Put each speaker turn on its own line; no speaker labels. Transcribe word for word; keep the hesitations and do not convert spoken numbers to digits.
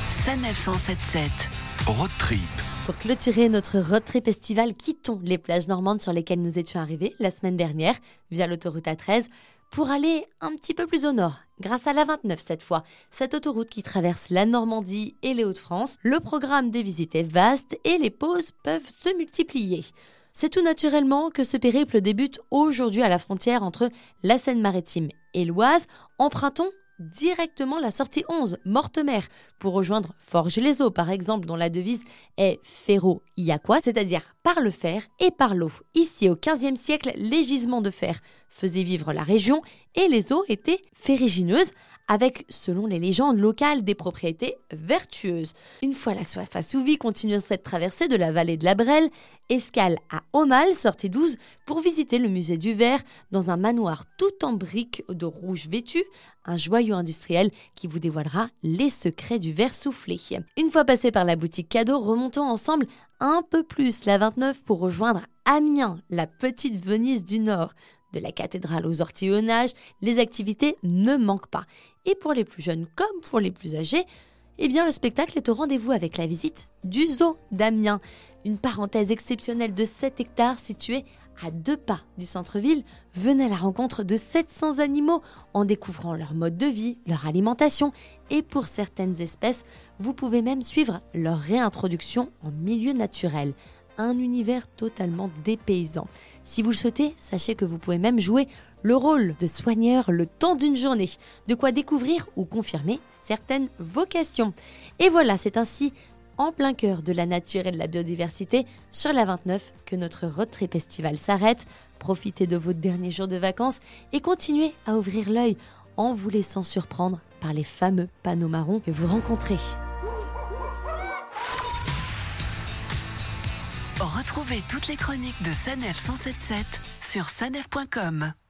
Sanef cent sept sept. Road Trip.
Pour clôturer notre road trip estival, quittons les plages normandes sur lesquelles nous étions arrivés la semaine dernière via l'autoroute A treize pour aller un petit peu plus au nord, grâce à l'A vingt-neuf cette fois, cette autoroute qui traverse la Normandie et les Hauts-de-France. Le programme des visites est vaste et les pauses peuvent se multiplier. C'est tout naturellement que ce périple débute aujourd'hui à la frontière entre la Seine-Maritime et l'Oise. Empruntons directement la sortie onze, Mortemer, pour rejoindre Forges-les-Eaux par exemple, dont la devise est ferro iacqua, c'est-à-dire par le fer et par l'eau. Ici au quinzième siècle, les gisements de fer faisaient vivre la région et les eaux étaient ferrugineuses, avec, selon les légendes locales, des propriétés vertueuses. Une fois la soif assouvie, continuons cette traversée de la vallée de la Brelle, escale à Aumale, sortie douze, pour visiter le musée du verre dans un manoir tout en briques de rouge vêtu, un joyau industriel qui vous dévoilera les secrets du verre soufflé. Une fois passé par la boutique cadeau, remontons ensemble un peu plus la vingt-neuf pour rejoindre Amiens, la petite Venise du Nord. De la cathédrale aux ortillonnages, les activités ne manquent pas. Et pour les plus jeunes comme pour les plus âgés, eh bien le spectacle est au rendez-vous avec la visite du zoo d'Amiens. Une parenthèse exceptionnelle de sept hectares située à deux pas du centre-ville. Venez à la rencontre de sept cents animaux en découvrant leur mode de vie, leur alimentation et pour certaines espèces, vous pouvez même suivre leur réintroduction en milieu naturel. Un univers totalement dépaysant. Si vous le souhaitez, sachez que vous pouvez même jouer le rôle de soigneur le temps d'une journée, de quoi découvrir ou confirmer certaines vocations. Et voilà, c'est ainsi, en plein cœur de la nature et de la biodiversité, sur la vingt-neuf, que notre road trip estival s'arrête. Profitez de vos derniers jours de vacances et continuez à ouvrir l'œil en vous laissant surprendre par les fameux panneaux marrons que vous rencontrez.
Retrouvez toutes les chroniques de Sanef cent sept sept sur sanef point com.